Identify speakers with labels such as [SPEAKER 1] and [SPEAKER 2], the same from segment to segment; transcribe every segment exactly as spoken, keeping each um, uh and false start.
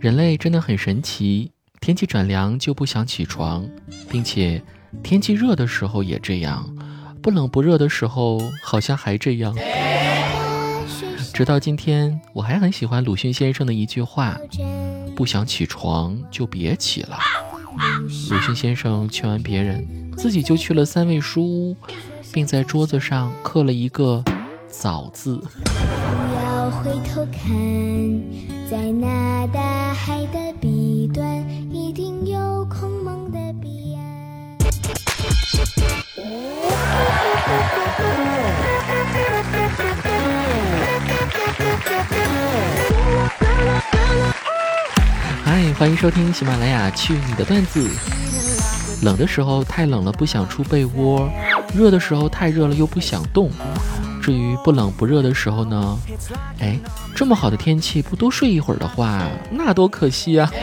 [SPEAKER 1] 人类真的很神奇，天气转凉就不想起床，并且天气热的时候也这样，不冷不热的时候好像还这样。直到今天，我还很喜欢鲁迅先生的一句话，不想起床就别起了。鲁迅先生劝完别人，自己就去了三味书屋，并在桌子上刻了一个早字。
[SPEAKER 2] 不要回头看，在那大海的彼端，一定有空梦的彼岸。
[SPEAKER 1] 嗨，欢迎收听喜马拉雅去你的段子。冷的时候太冷了不想出被窝，热的时候太热了又不想动。至于不冷不热的时候呢，哎，这么好的天气不多睡一会儿的话，那多可惜啊。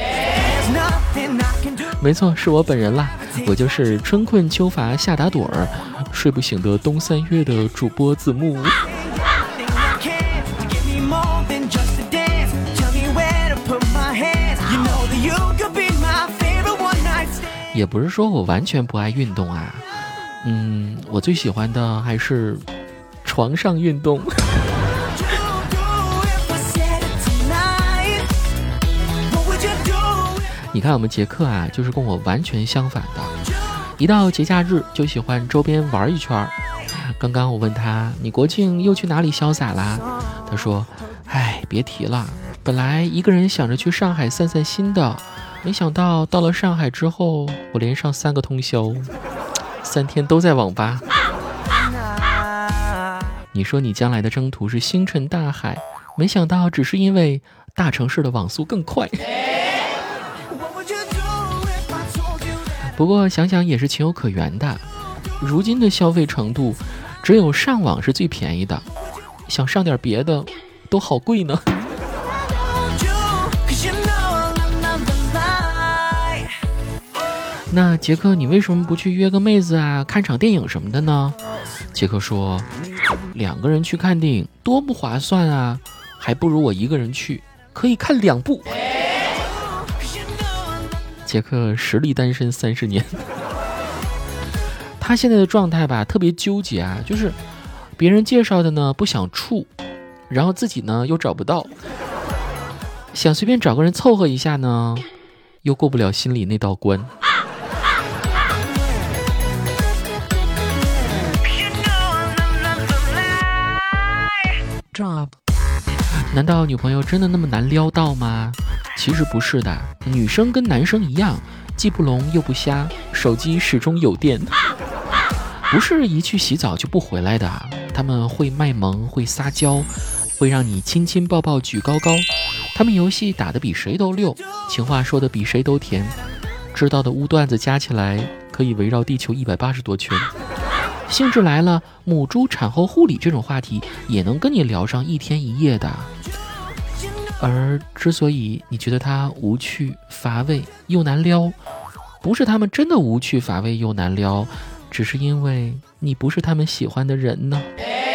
[SPEAKER 1] 没错，是我本人啦，我就是春困秋乏夏打盹儿，睡不醒的冬三月的主播子木。也不是说我完全不爱运动啊，嗯，我最喜欢的还是床上运动。你看我们杰克啊，就是跟我完全相反的，一到节假日就喜欢周边玩一圈。刚刚我问他，你国庆又去哪里潇洒啦？他说，哎，别提了，本来一个人想着去上海散散心的，没想到到了上海之后，我连上三个通宵，三天都在网吧。你说你将来的征途是星辰大海，没想到只是因为大城市的网速更快。不过想想也是情有可原的，如今的消费程度，只有上网是最便宜的，想上点别的都好贵呢。那杰克，你为什么不去约个妹子啊，看场电影什么的呢？杰克说，两个人去看电影多不划算啊，还不如我一个人去，可以看两部。杰克实力单身三十年。他现在的状态吧，特别纠结啊，就是别人介绍的呢不想处，然后自己呢又找不到，想随便找个人凑合一下呢，又过不了心里那道关。Drop。难道女朋友真的那么难撩到吗？其实不是的，女生跟男生一样，既不聋又不瞎，手机始终有电。不是一去洗澡就不回来的，他们会卖萌，会撒娇，会让你亲亲抱抱举高高。他们游戏打得比谁都溜，情话说得比谁都甜，知道的污段子加起来可以围绕地球一百八十多圈。兴致来了，母猪产后护理这种话题也能跟你聊上一天一夜的。而之所以你觉得它无趣乏味又难撩，不是他们真的无趣乏味又难撩，只是因为你不是他们喜欢的人呢。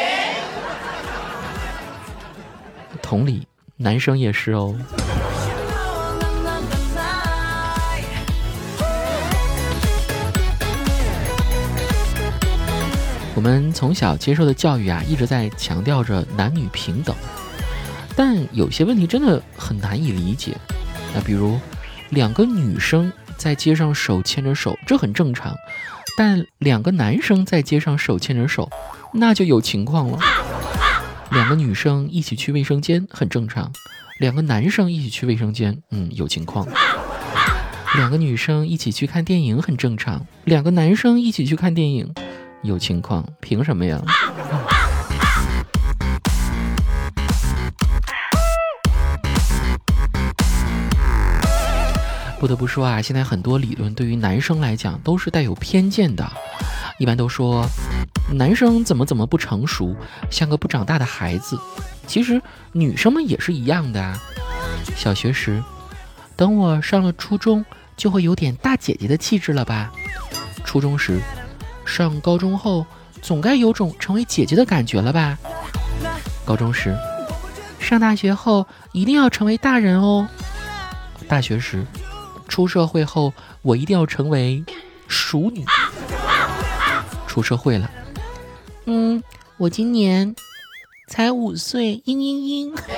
[SPEAKER 1] 同理，男生也是哦。我们从小接受的教育啊，一直在强调着男女平等，但有些问题真的很难以理解。那比如两个女生在街上手牵着手，这很正常，但两个男生在街上手牵着手，那就有情况了。两个女生一起去卫生间很正常，两个男生一起去卫生间，嗯，有情况。两个女生一起去看电影很正常，两个男生一起去看电影有情况，凭什么呀？不得不说啊，现在很多理论对于男生来讲都是带有偏见的。一般都说男生怎么怎么不成熟，像个不长大的孩子。其实女生们也是一样的啊。小学时，等我上了初中，就会有点大姐姐的气质了吧？初中时，上高中后，总该有种成为姐姐的感觉了吧？高中时，上大学后一定要成为大人哦。 大学时，出社会后我一定要成为熟女。出社会了，嗯，我今年才五岁，嘤嘤嘤。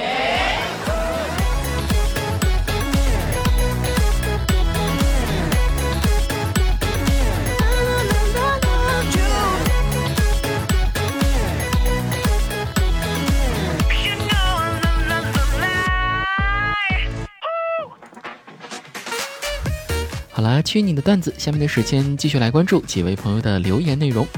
[SPEAKER 1] 好了，去你的段子，下面的时间继续来关注几位朋友的留言内容。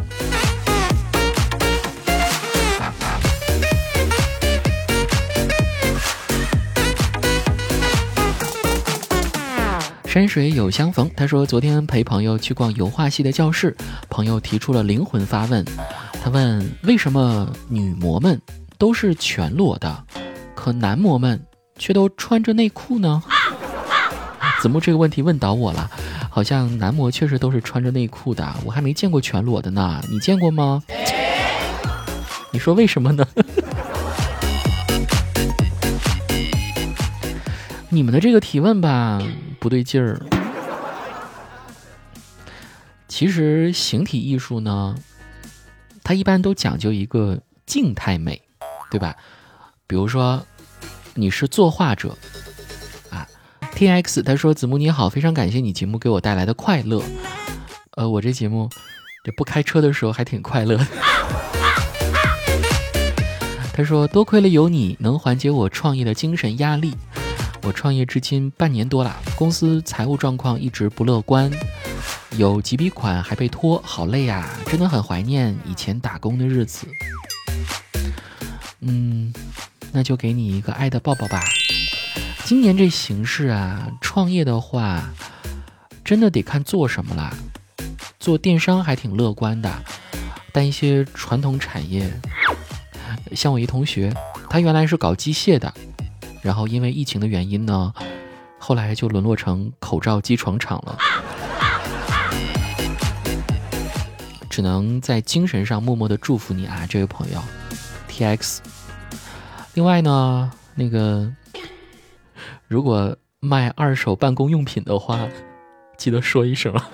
[SPEAKER 1] 山水有相逢，他说昨天陪朋友去逛油画系的教室，朋友提出了灵魂发问，他问为什么女模们都是全裸的，可男模们却都穿着内裤呢？子木这个问题问倒我了，好像男模确实都是穿着内裤的，我还没见过全裸的呢，你见过吗？你说为什么呢？你们的这个提问吧不对劲儿。其实形体艺术呢，它一般都讲究一个静态美，对吧？比如说你是作画者啊 T X 他说子木你好，非常感谢你节目给我带来的快乐。呃，我这节目这不开车的时候还挺快乐的。他说多亏了有你能缓解我创业的精神压力，我创业至今半年多了，公司财务状况一直不乐观，有几笔款还被拖，好累啊，真的很怀念以前打工的日子。嗯，那就给你一个爱的抱抱吧。今年这形势啊，创业的话真的得看做什么啦。做电商还挺乐观的，但一些传统产业，像我一同学，他原来是搞机械的，然后因为疫情的原因呢，后来就沦落成口罩机床厂了。只能在精神上默默的祝福你啊，这位朋友 T X。 另外呢，那个如果卖二手办公用品的话，记得说一声。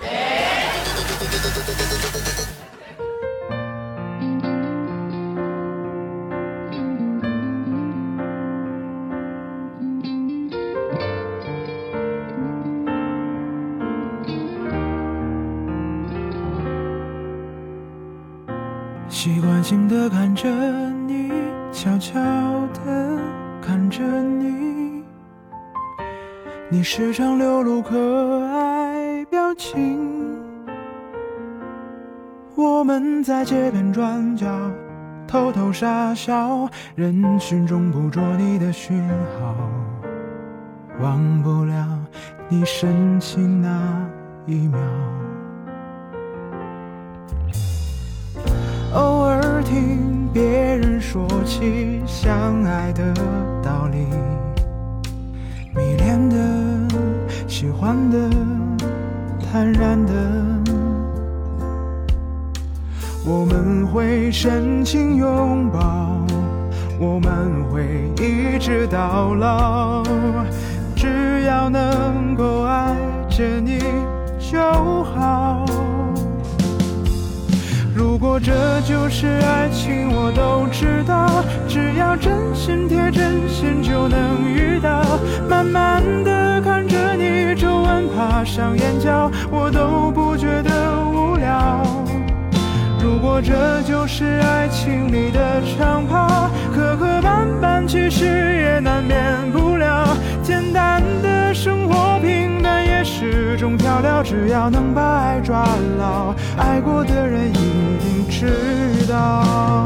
[SPEAKER 3] 习惯性地看着你，悄悄地看着你，你时常流露可爱表情。我们在街边转角偷偷傻笑，人群中捕捉你的讯号，忘不了你深情那一秒。偶尔听别人说起相爱的道理，迷恋的、喜欢的、坦然的，我们会深情拥抱，我们会一直到老，只要能够爱着你就好。如果这就是爱情，我都知道，只要真心贴真心就能遇到。慢慢地看着你皱纹爬上眼角，我都不觉得无聊。如果这就是爱情里的长跑，磕磕绊绊其实也难免不了。简单的生活平淡也是种调料，只要能把爱抓牢，爱过的人一定知道。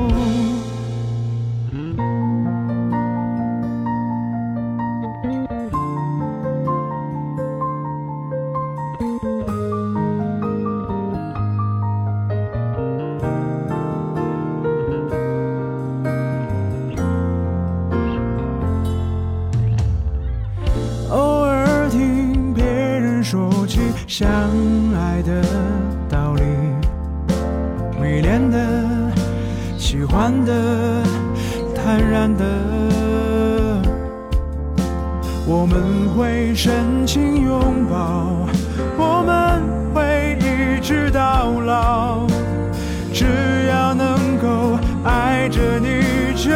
[SPEAKER 3] 相爱的道理，迷恋的、喜欢的、坦然的， 我们会深情拥抱，我们会一直到老，只要能够爱着你就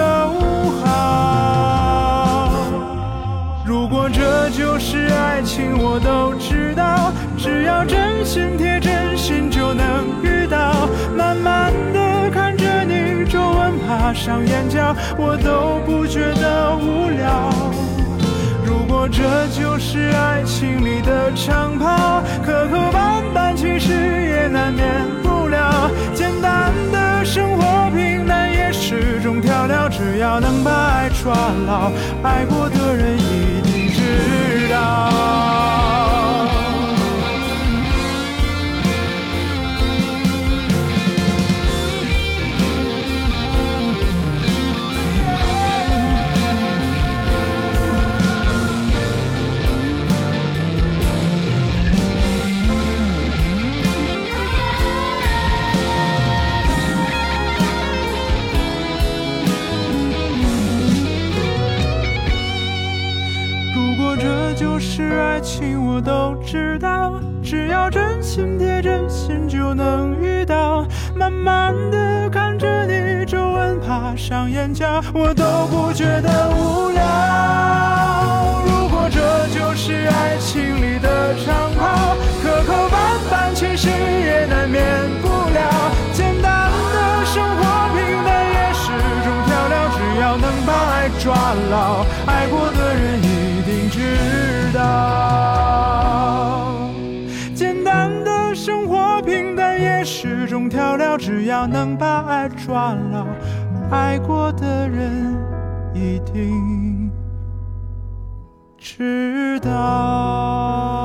[SPEAKER 3] 好。如果这就是爱情，我都知道，只要真心贴真心就能遇到，慢慢地看着你皱纹爬上眼角，我都不觉得无聊。如果这就是爱情里的长跑，磕磕绊绊其实也难免不了，简单的生活平淡也是种调料，只要能把爱抓牢，爱过的人一定知道。是爱情我都知道，只要真心贴真心就能遇到，慢慢地看着你皱纹爬上眼角，我都不觉得无聊。如果这就是爱情里的长跑，磕磕绊绊其实也难免不了，简单的生活平淡也是种调料，只要能把爱抓牢，爱过的人一定知道。简单的生活平淡也是种调料，只要能把爱抓牢，爱过的人一定知道。